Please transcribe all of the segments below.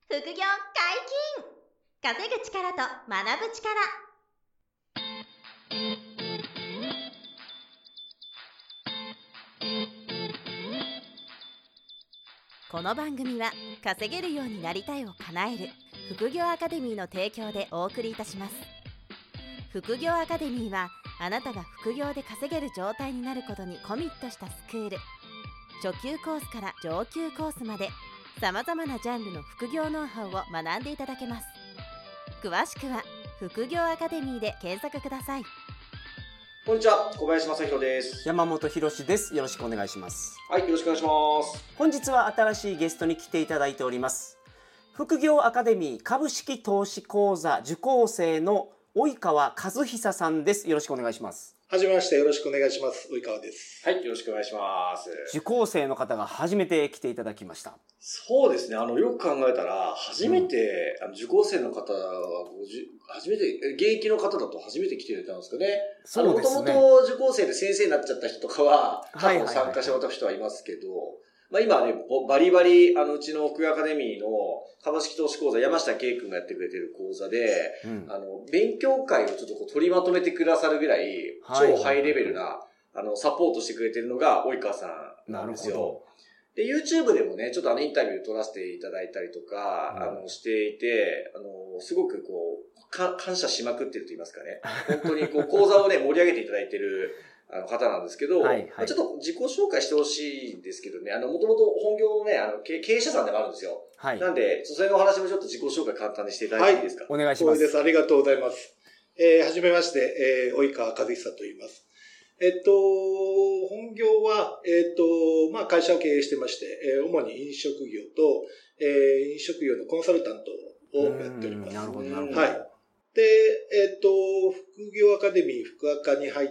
副業解禁。稼ぐ力と学ぶ力。この番組は稼げるようになりたいを叶える副業アカデミーの提供でお送りいたします。副業アカデミーはあなたが副業で稼げる状態になることにコミットしたスクール。初級コースから上級コースまでさまざまなジャンルの副業ノウハウを学んでいただけます。詳しくは副業アカデミーで検索ください。 こんにちは、小林正弘です。 山本博です。よろしくお願いします。 はい、よろしくお願いします。 本日は新しいゲストに来ていただいております。副業アカデミー株式投資講座受講生の及川和久さんです。よろしくお願いします。 はじめまして、よろしくお願いします。及川です。 はい、よろしくお願いします。 受講生の方が初めて来ていただきました。 そうですね、よく考えたら、初めて、受講生の方は、初めて、現役の方だと初めて来ていただいたんですかね。 そうですね。 もともと受講生で先生になっちゃった人とかは、過去参加した人はいますけど、今はね、バリバリ、うちの副業アカデミーの株式投資講座、山下圭君がやってくれてる講座で、勉強会をちょっと取りまとめてくださるぐらい、超ハイレベルな、サポートしてくれてるのが及川さんなんですよ。で、YouTube でもね、ちょっとインタビュー取らせていただいたりとか、していて、すごく感謝しまくってると言いますかね。本当に講座をね、盛り上げていただいてる、方なんですけど、ちょっと自己紹介してほしいんですけどね、もともと本業のね、経営者さんでもあるんですよ。なんで、それのお話もちょっと自己紹介簡単にしていただいていいですか？ お願いします。 そうです。ありがとうございます。はじめまして、及川和久と言います。本業は、会社を経営してまして、主に飲食業と、飲食業のコンサルタントをやっております。 なるほど、なるほど。 はい。で、副業アカデミー、副アカに入って、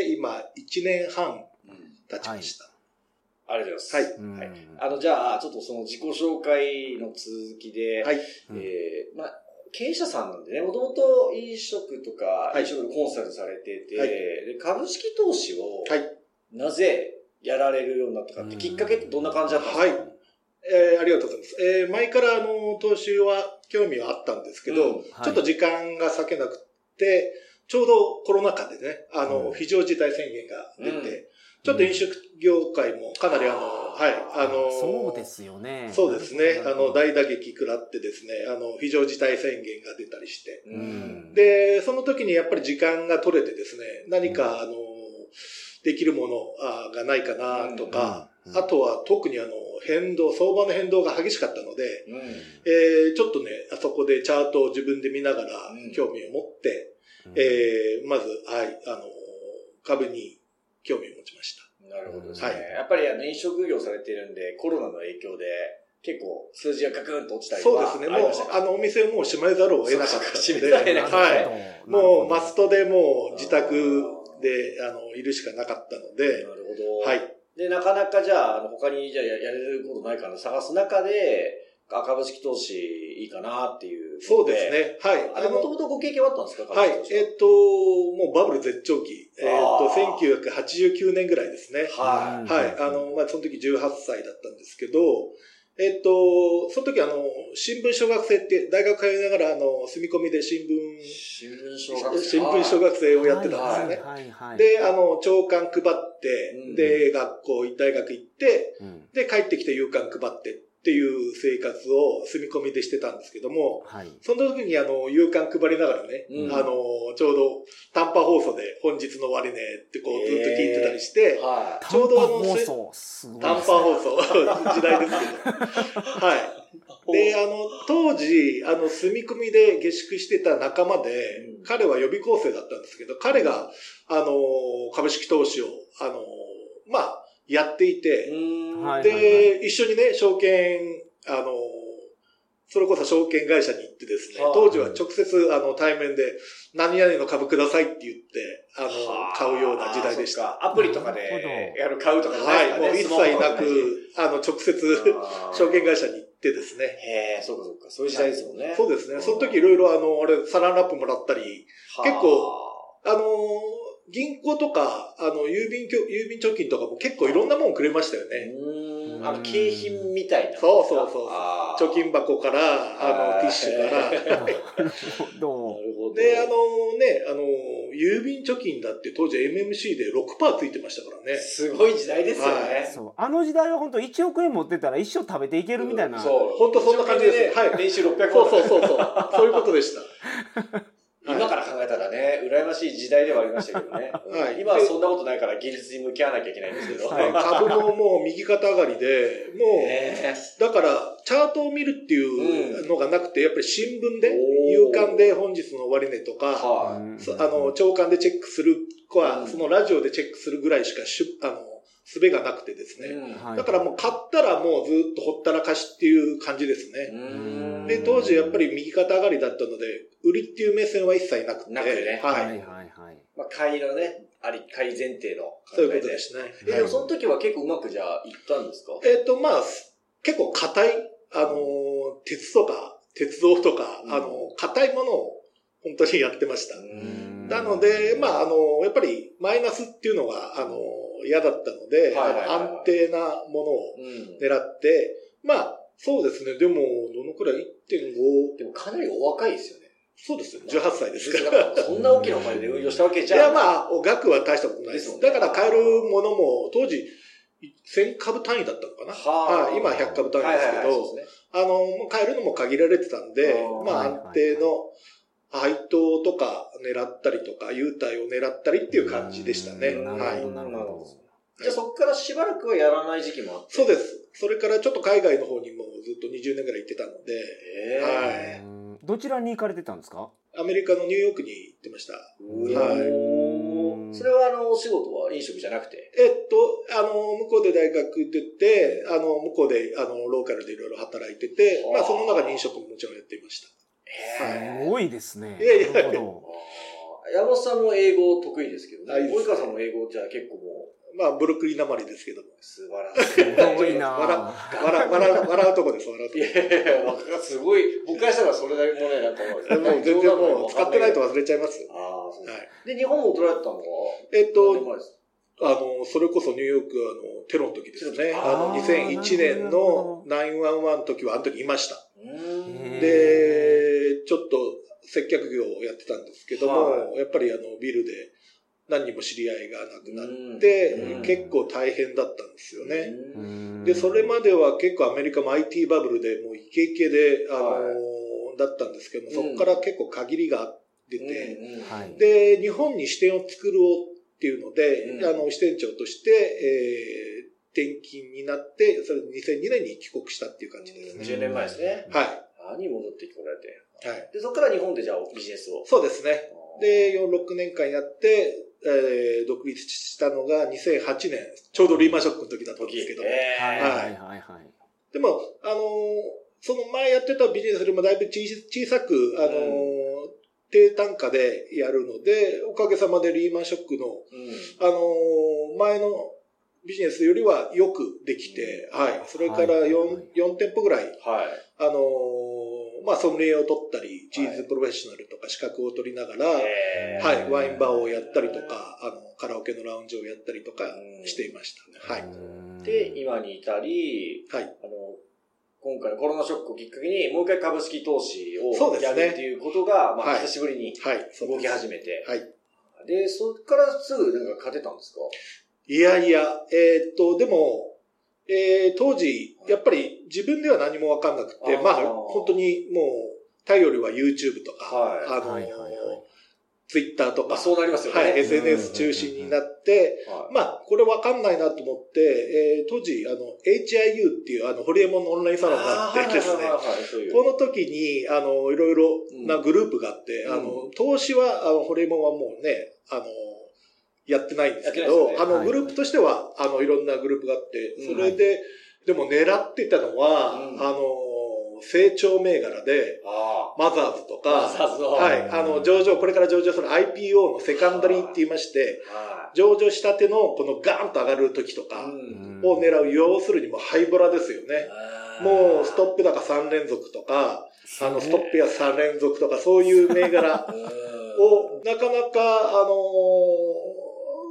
今、1年半経ちました。 ありがとうございます。はい。じゃあ、ちょっとその自己紹介の続きで、はい。経営者さんなんでね、もともと飲食とか、飲食のコンサルされてて、で株式投資を、なぜやられるようになったかって、きっかけってどんな感じだったんですか？はい。 ありがとうございます。前から投資は興味はあったんですけど、ちょっと時間が割けなくて、ちょうどコロナ禍でね、非常事態宣言が出て、ちょっと飲食業界もかなりそうですよね。 そうですね。大打撃食らってですね、非常事態宣言が出たりして。で、その時にやっぱり時間が取れてですね、何か、できるものがないかなとか、あとは特に相場の変動が激しかったので、ちょっとね、あそこでチャートを自分で見ながら興味を持って、まず、株に興味を持ちました。 なるほどですね。やっぱり飲食業されてるんで、コロナの影響で結構数字がガクンと落ちたりとか。 そうですね。もう、お店をもう閉めざるを得なかったので。はい。もうマストでもう自宅で、いるしかなかったので。 なるほど。 はい。 で、なかなかじゃあ、他にじゃあやれることないかな探す中で、株式投資いいかなっていう。 そうですね。はい。 もともとご経験はあったんですか？ はい。もうバブル絶頂期。1989年ぐらいですね。はい。はい。その時18歳だったんですけど、その時新聞小学生って大学通いながら住み込みで新聞小学生をやってたんですよね。で、朝刊配って、で、大学行って、で、帰ってきて夕刊配ってっていう生活を住み込みでしてたんですけども、その時に夕刊配りながらね、ちょうど短波放送で本日の終値ってずっと聞いてたりして、ちょうど短波放送、時代ですけど。はい。で、当時、住み込みで下宿してた仲間で、彼は予備校生だったんですけど、彼が、株式投資を、やっていて、で、一緒にね、それこそ証券会社に行ってですね、当時は直接対面で何々の株くださいって言って、買うような時代でした。 アプリとかで買うとかじゃないですかね。 はい、もう一切なく、直接証券会社に行ってですね。 へえ、そうかそうか。そういう時代ですもんね。 そうですね。その時いろいろサランラップもらったり、結構、銀行とか、郵便貯金とかも結構いろんなもんくれましたよね。 景品みたいな。 そう。貯金箱から、ティッシュから。 なるほど。 で、郵便貯金だって当時 MMC で 6% ついてましたからね。 すごい時代ですよね。 そう。あの時代は本当1億円持ってたら一生食べていけるみたいな。 そう。本当そんな感じです。はい。 年収600万。 そう。そういうことでした。 今から考えたらね、羨ましい時代ではありましたけどね。はい、今はそんなことないから現実に向き合わなきゃいけないんですけど。 株ももう右肩上がりで、もう、だから、チャートを見るっていうのがなくて、やっぱり新聞で、夕刊で本日の終値とか、朝刊でチェックするか、そのラジオでチェックするぐらいしか術がなくてですね。だからもう買ったらもうずっとほったらかしっていう感じですね。で、当時やっぱり右肩上がりだったので、売りっていう目線は一切なくて。 なくてね。 はい。 まあ、買いのね、買い前提の考えで。 そういうことですね。 でもその時は結構うまくじゃあいったんですか？ まあ、結構硬い、鉄とか、鉄道とか、硬いものを本当にやってました。なので、まあ、やっぱりマイナスっていうのが、嫌だったので、安定なものを狙って、まあ、そうですね。でも、どのくらい 1.5？ でもかなりお若いですよね。 そうですよ。18歳ですから。 そんな大きなお金で運用したわけじゃん。 いや、まあ、額は大したことないです。だから買えるものも、当時、1000株単位だったのかな。今100株単位ですけど、買えるのも限られてたんで、まあ、安定の配当とか狙ったりとか、優待を狙ったりっていう感じでしたね。 なるほど。 じゃあそこからしばらくはやらない時期もあって。 そうです。それからちょっと海外の方にもずっと20年ぐらい行ってたので、はい。 どちらに行かれてたんですか？ アメリカのニューヨークに行ってました。はい。 それはお仕事は飲食じゃなくて？ 向こうで大学出て、向こうでローカルでいろいろ働いてて、まあその中に飲食ももちろんやっていました。 すごいですね。 いや。 山本さんも英語得意ですけどね。及川さんも英語じゃ結構もう。 まあ、ブルックリンなまりですけども。 素晴らしい。 すごいな笑うとこです、笑うとこ。 いや、すごい。僕からしたらそれだけもね、なんかもう全然もう使ってないと忘れちゃいます。 ああ、そうです。で、日本も取られたのはそれこそニューヨーク、テロの時ですね。2001年の911の時は、あの時いました。で、ちょっと接客業をやってたんですけども、やっぱりビルで、何人も知り合いが亡くなって、結構大変だったんですよね。で、それまでは結構アメリカも IT バブルでもうイケイケで、だったんですけども、そこから結構限りが出て、で、日本に支店を作ろうっていうので、支店長として、転勤になって、それで2002年に帰国したっていう感じですね。 10年前ですね。 はい。 に戻ってこられて。 はい。 で、そこから日本でじゃあビジネスを。 そうですね。で、6年間やって、独立したのが2008年、ちょうどリーマンショックの時だったんですけども。でも、その前やってたビジネスよりもだいぶ小さく、低単価でやるので、おかげさまでリーマンショックの、前のビジネスよりはよくできて、はい。それから4店舗ぐらい、まあ、ソムリエを取ったり、チーズプロフェッショナルとか資格を取りながら、はい、ワインバーをやったりとか、カラオケのラウンジをやったりとかしていました。はい。 で、今に至り、はい。今回のコロナショックをきっかけに、もう一回株式投資をやるっていうことが、まあ、久しぶりに動き始めて、はい。で、そっからすぐなんか勝てたんですか？ いや、でも、当時、やっぱり自分では何もわかんなくて、まあ、本当にもう、頼りは YouTube とか、Twitter とか、 そうなりますよね。 はい、SNS 中心になって、まあ、これわかんないなと思って、当時、HIU っていう、ホリエモンのオンラインサロンがあってですね、この時に、いろいろなグループがあって、投資は、ホリエモンはもうね、やってないんですけど、グループとしては、いろんなグループがあって、それで、でも狙ってたのは、成長銘柄で、マザーズとか、はい、これから上場する IPO のセカンダリーって言いまして、上場したてのこのガーンと上がる時とかを狙う、要するにもうハイボラですよね。もうストップ高3連続とか、ストップ安3連続とか、そういう銘柄を、なかなか、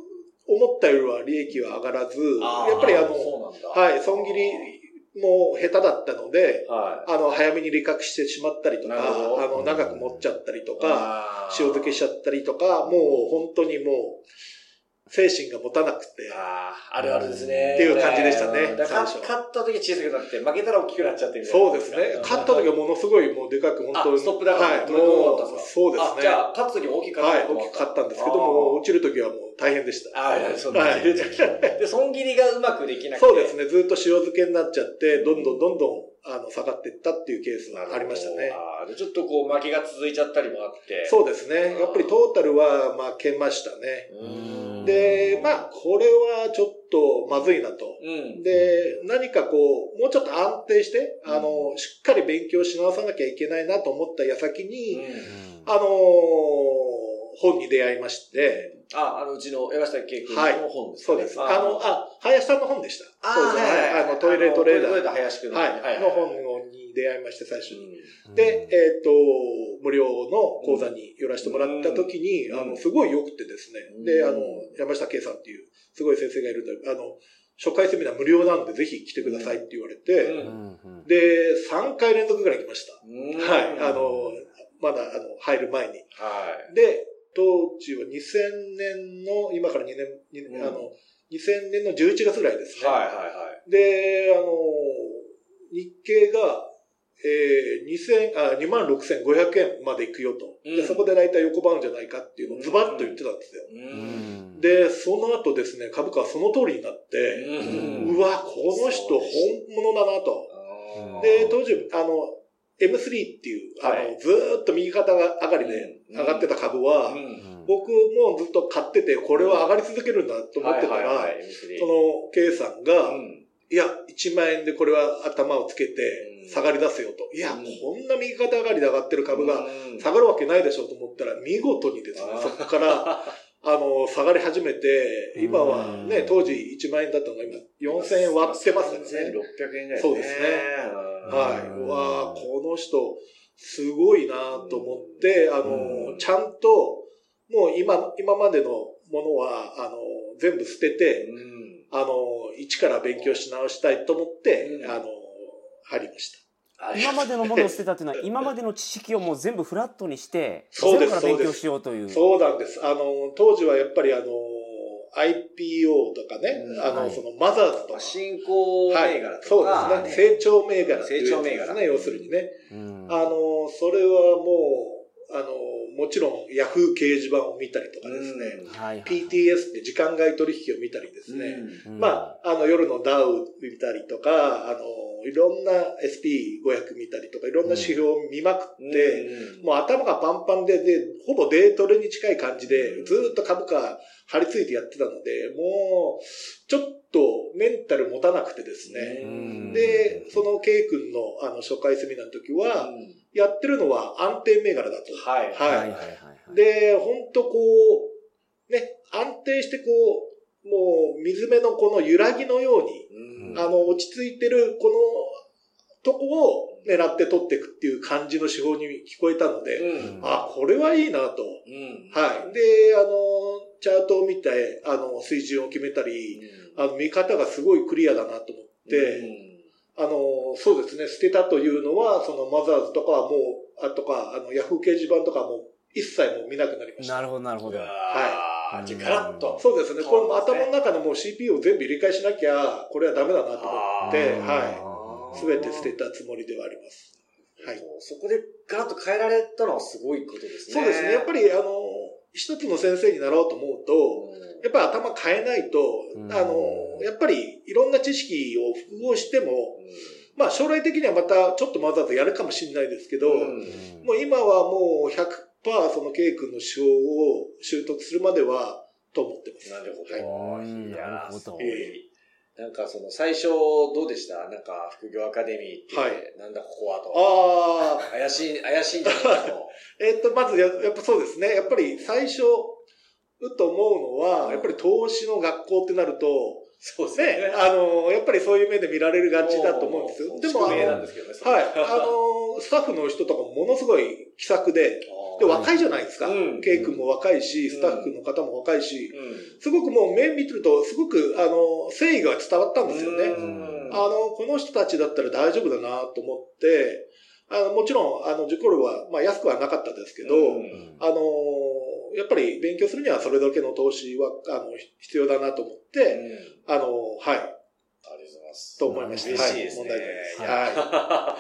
思ったよりは利益は上がらず、やっぱりはい、損切りも下手だったので、早めに利確してしまったりとか、長く持っちゃったりとか、塩漬けしちゃったりとか、もう本当にもう、精神が持たなくて。 あるあるですね。 っていう感じでしたね。 勝った時は小さくなって、負けたら大きくなっちゃってみたいな。そうですね。勝った時はものすごいもうでかく、本当に。 ストップダウン。 はい。もう、そうですね。 じゃあ、勝つ時も大きく勝った。 はい、大きく勝ったんですけども、落ちる時はもう大変でした。 そうですね。で、損切りがうまくできなくて。 そうですね。ずっと塩漬けになっちゃって、どんどん下がっていったっていうケースがありましたね。 ちょっとこう負けが続いちゃったりもあって。 そうですね。やっぱりトータルは負けましたね。で、これはちょっとまずいなと。で、何かこう、もうちょっと安定して、しっかり勉強し直さなきゃいけないなと思った矢先に、本に出会いまして、 うちの山下圭君の本ですね。 そうです。林さんの本でした。そうですね。トイレトレーダー。 林君の本に出会いまして、最初に。で、無料の講座に寄らせてもらった時に、すごい良くてですね。で、山下圭さんっていうすごい先生がいるんで、初回セミナー無料なんでぜひ来てくださいって言われて、で、3回連続ぐらい来ました。はい。まだ、入る前に。で、当時は2000年の、今から2年、2000年の11月ぐらいですね。で、日経が、26,500円まで行くよと。で、そこで大体横ばうんじゃないかっていうのをズバッと言ってたんですよ。で、その後ですね、株価はその通りになって、うわ、この人本物だなと。で、当時、M3 っていう、ずーっと右肩が上がりで上がってた株は、僕もずっと買ってて、これは上がり続けるんだと思ってたら、その、K さんが、いや、1万円でこれは頭をつけて下がり出せよと。いや、こんな右肩上がりで上がってる株が下がるわけないでしょうと思ったら、見事にですね、そこから、下がり始めて、今はね、当時1万円だったのが今4000円割ってますよね。 3600円ぐらい。 そうですね。はい。うわー、この人、すごいなと思って、ちゃんと、もう今までのものは、全部捨てて、一から勉強し直したいと思って、入りました。 今までのものを捨てたっていうのは、今までの知識をもう全部フラットにして、 ゼロから勉強しようという。 そうなんです。当時はやっぱりIPO とかね、そのマザーズとか。 新興銘柄とか。 そうですね。成長銘柄っていうやつですね、要するにね。それはもう、もちろんヤフー掲示板を見たりとかですね、PTS って時間外取引を見たりですね、夜のダウ見たりとか、いろんな SP500 見たりとか、いろんな指標を見まくって、もう頭がパンパンで、ほぼデートレに近い感じで、ずっと株価張り付いてやってたので、もう、ちょっとメンタル持たなくてですね。で、その K 君の初回セミナーの時は、やってるのは安定銘柄だと。で、ほんとこう、ね、安定してこう、もう水辺のこの揺らぎのように、落ち着いてるこのとこを狙って取っていくっていう感じの手法に聞こえたので、これはいいなと。はい。で、チャートを見て、水準を決めたり、見方がすごいクリアだなと思って、そうですね、捨てたというのは、そのマザーズとかはもう、とか、ヤフー掲示板とかも一切もう見なくなりました。 なるほど、なるほど。 はい。 じゃガラッと。 そうですね、この頭の中のもう CPU を全部入れ替えしなきゃ、これはダメだなと思って、はい。すべて捨てたつもりではあります。はい。 そこでガラッと変えられたのはすごいことですね。 そうですね、やっぱり一つの先生になろうと思うと、やっぱり頭変えないと、やっぱりいろんな知識を複合しても、将来的にはまたちょっとマザーズやるかもしれないですけど、もう今はもう 100% その K 君の手法を習得するまでは、と思ってます。 なるほど。 いやー、 なんかその最初どうでした？なんか副業アカデミーって、なんだここはと。怪しいんじゃないかと。まずやっぱそうですね。やっぱり最初、と思うのは、やっぱり投資の学校ってなると、 そうですね。 やっぱりそういう目で見られるがちだと思うんですよ。でも、 なんですけどね、 はい。スタッフの人とかもものすごい気さくで、 で、若いじゃないですか。ケイ君も若いし、スタッフの方も若いし、すごくもう面見てると、すごく、誠意が伝わったんですよね。この人たちだったら大丈夫だなと思って、もちろん、受講料は、まあ、安くはなかったですけど、やっぱり勉強するにはそれだけの投資は、必要だなと思って、はい。 ありがとうございます。 と思いました。 嬉しいですね。 問題ないです。 はい。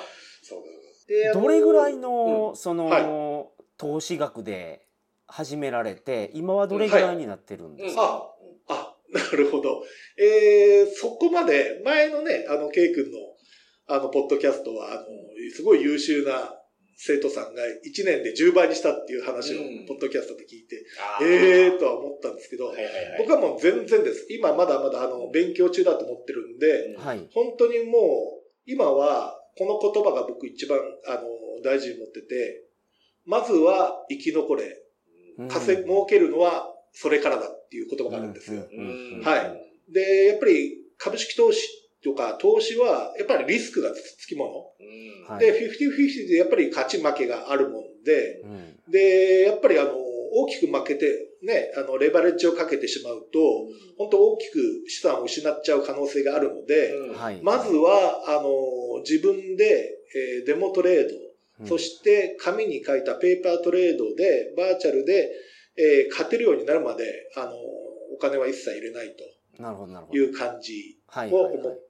そうで、どれぐらいの、投資額で始められて、今はどれぐらいになってるんですか？ なるほど。そこまで、前のね、ケイ君の、ポッドキャストは、すごい優秀な生徒さんが1年で10倍にしたっていう話を、ポッドキャストで聞いて、とは思ったんですけど、僕はもう全然です。今まだまだ、勉強中だと思ってるんで、本当にもう、今は、この言葉が僕一番、大事に持ってて、まずは生き残れ。儲けるのはそれからだっていう言葉があるんですよ。はい。で、やっぱり株式投資とか投資は、やっぱりリスクがつきもの。で、50-50でやっぱり勝ち負けがあるもんで、で、やっぱり大きく負けて、ね、レバレッジをかけてしまうと、本当大きく資産を失っちゃう可能性があるので、まずは、自分で、デモトレード、そして紙に書いたペーパートレードで、バーチャルで、勝てるようになるまで、お金は一切入れないという感じを思って、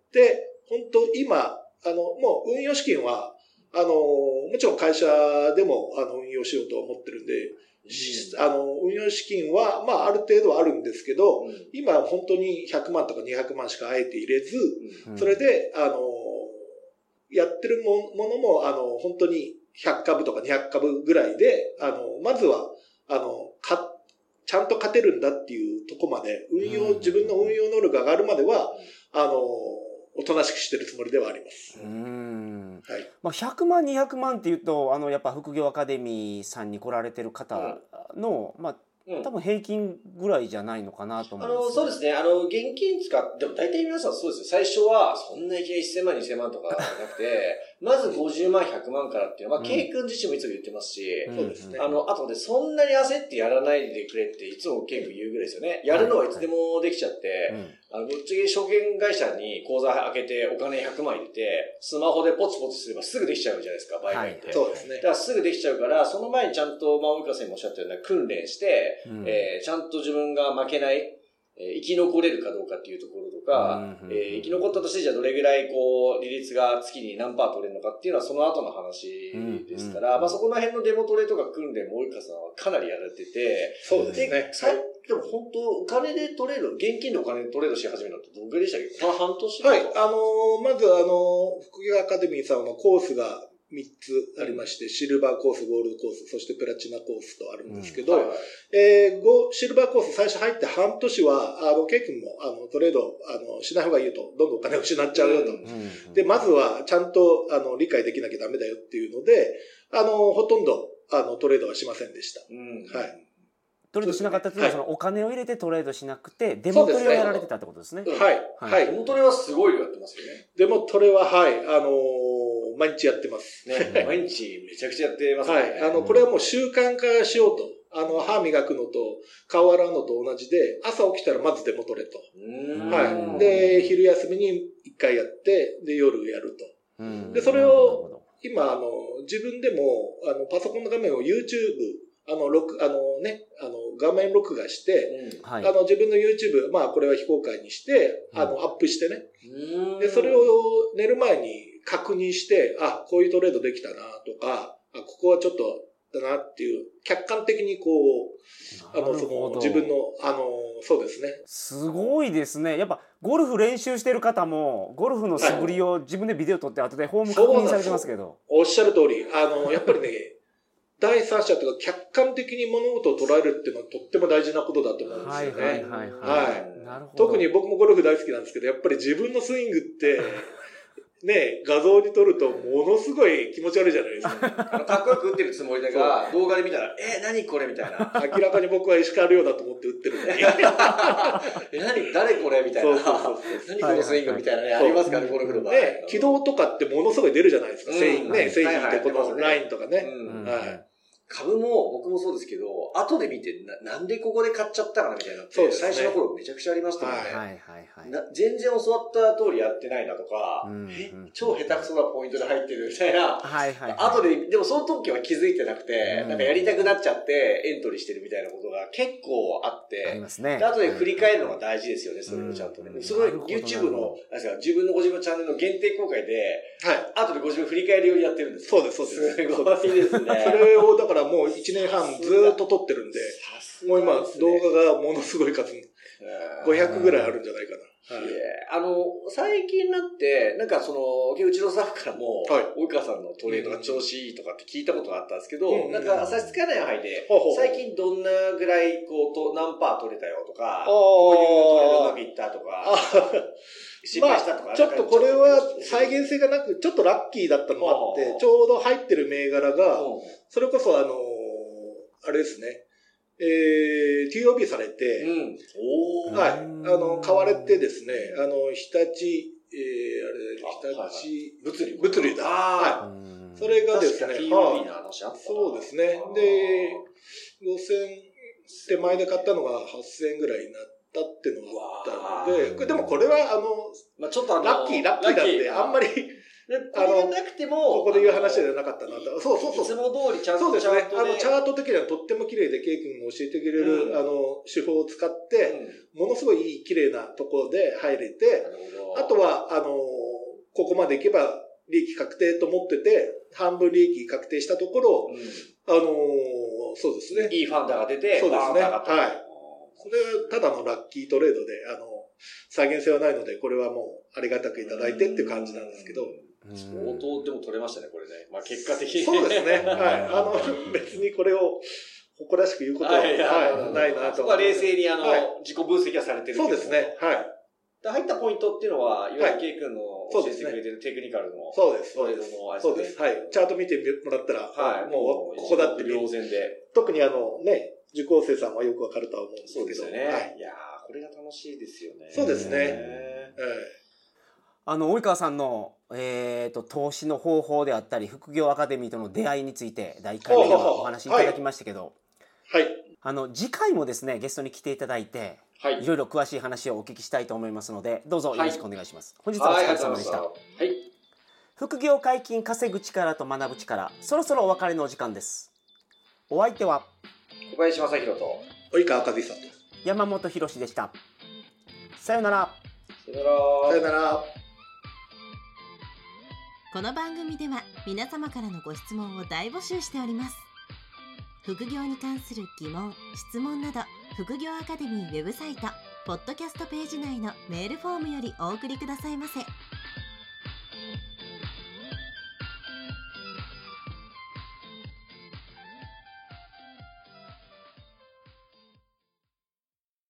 本当今、もう運用資金は、もちろん会社でも、運用しようと思ってるんで、運用資金は、まあ、ある程度はあるんですけど、今本当に100万とか200万しかあえて入れず、それで、やってるものも、本当に100株とか200株ぐらいで、まずは、ちゃんと勝てるんだっていうとこまで、自分の運用能力が上がるまでは、おとなしくしてるつもりではあります。 はい。まあ、100万、200万っていうと、やっぱ副業アカデミーさんに来られてる方の、まあ、多分平均ぐらいじゃないのかなと思うんです。 そうですね。現金使って、でも大体皆さんそうですよ。最初は、そんないきなり1000万、2000万とかじゃなくて、まず50万、100万からっていうのは、ケイ君自身もいつも言ってますし、 そうですね。 あとで、そんなに焦ってやらないでくれっていつもケイ君言うぐらいですよね。やるのはいつでもできちゃって、ぶっちゃけ証券会社に口座開けてお金100万入れて、スマホでポチポチすればすぐできちゃうじゃないですか、売買って。 そうですね。 だからすぐできちゃうから、その前にちゃんと、まあ、及川さんもおっしゃったような訓練して、ちゃんと自分が負けない、生き残れるかどうかっていうところとか、生き残ったとしてじゃあどれぐらいこう、利率が月に何パー取れるのかっていうのはその後の話ですから、まあそこら辺のデモトレとか訓練も及川さんはかなりやられてて、 そうですね。 でも本当、お金でトレード、現金でお金でトレードし始めたのってどのぐらいでしたっけ？この半年？ はい。まず副業アカデミーさんのコースが3つありまして、シルバーコース、ゴールドコース、そしてプラチナコースとあるんですけど、シルバーコース最初入って半年は、ケイ君もトレードしない方がいいよと、どんどんお金を失っちゃうよと。で、まずはちゃんと理解できなきゃダメだよっていうので、ほとんどトレードはしませんでした。はい。 トレードしなかったっていうのは、そのお金を入れてトレードしなくて、デモトレをやられてたってことですね。 はい。デモトレはすごいやってますよね。 デモトレは、はい、毎日やってます。 ね、毎日めちゃくちゃやってますね。 はい。これはもう習慣化しようと。歯磨くのと顔洗うのと同じで、朝起きたらまずデモトレと。はい。で、昼休みに一回やって、で、夜やると。で、それを、今、自分でも、パソコンの画面を YouTube、画面録画して、自分の YouTube、まあ、これは非公開にして、アップしてね。で、それを寝る前に確認して、こういうトレードできたな、とか、ここはちょっと、だなっていう、客観的にこう、自分の、そうですね。 すごいですね。やっぱ、ゴルフ練習してる方も、ゴルフの素振りを自分でビデオ撮って後でホーム確認されてますけど。 おっしゃる通り、やっぱりね、第三者とか客観的に物事を捉えるっていうのはとっても大事なことだと思うんですよね。 なるほど。 特に僕もゴルフ大好きなんですけど、やっぱり自分のスイングって、ね、画像に撮るとものすごい気持ち悪いじゃないですか。 かっこよく打ってるつもりだが、動画で見たら、何これみたいな。 明らかに僕は石川遼だと思って打ってるのに。 誰これみたいな。何このスイングみたいなね、ありますかね、ゴルフの場合。 ね、軌道とかってものすごい出るじゃないですか。繊維ってこのラインとかね。 株も僕もそうですけど、後で見てなんでここで買っちゃったかなみたいなって、最初の頃めちゃくちゃありましたもんね。全然教わった通りやってないなとか、超下手くそなポイントで入ってるみたいな。後で、でもその時は気づいてなくて、なんかやりたくなっちゃってエントリーしてるみたいなことが結構あって、で後で振り返るのが大事ですよね、それをちゃんとね。それ YouTube の、自分のご自分のチャンネルの限定公開で、後でご自分振り返るようにやってるんです。 そうです、そうです。 すごいですね。 それをだからもう1年半ずっと撮ってるんで、もう今動画がものすごい数、500ぐらいあるんじゃないかな。 最近になって、なんかうちのスタッフからも、及川さんのトレードが調子いいとかって聞いたことがあったんですけど、なんか差し支えない範囲で、最近どんなぐらい、何パー取れたよとか、こういうトレードうまくいったとか、失敗したとか。 ちょっとこれは再現性がなく、ちょっとラッキーだったのもあって、ちょうど入ってる銘柄が、それこそあれですね、TOB されて、買われてですね、日立物流だ。それがですね、そうですね。で、5000手前で買ったのが8000円ぐらいになったっていうのがあったので、でもこれはちょっとラッキーなんで、あんまり、 これがなくても、 ここで言う話ではなかったなと。そう。 いつも通りちゃんとそうですね。チャート的にはとっても綺麗で、ケイ君が教えてくれる、手法を使って、ものすごいいい綺麗なところで入れて、あとは、ここまでいけば利益確定と思ってて、半分利益確定したところ、そうですね。 いいファンダが出て、 そうですね。はい。それはただのラッキートレードで、再現性はないので、これはもうありがたくいただいてっていう感じなんですけど、 相当でも取れましたね、これね。結果的に。 そうですね。はい。別にこれを誇らしく言うことは、ないなと。 そこは冷静に自己分析はされてる。 そうですね。はい。 入ったポイントっていうのは、いわゆるケイ君の教えてくれてるテクニカルのそうです。 トレードのあれそうです。はい。チャート見てもらったら、もうここだって両然で。 特に受講生さんはよくわかるとは思うんですけど。 そうですよね。いやー、これが楽しいですよね。 そうですね。 及川さんの、投資の方法であったり副業アカデミーとの出会いについて第1回目ではお話しいただきましたけど、次回もですねゲストに来ていただいて、いろいろ詳しい話をお聞きしたいと思いますのでどうぞよろしくお願いします。本日はお疲れ様でした。副業解禁稼ぐ力と学ぶ力、そろそろお別れのお時間です。お相手は小林正弘と及川和久と山本博でした。さよなら。 さよなら。 この番組では皆様からのご質問を大募集しております。副業に関する疑問・質問など、副業アカデミーウェブサイトポッドキャストページ内のメールフォームよりお送りくださいませ。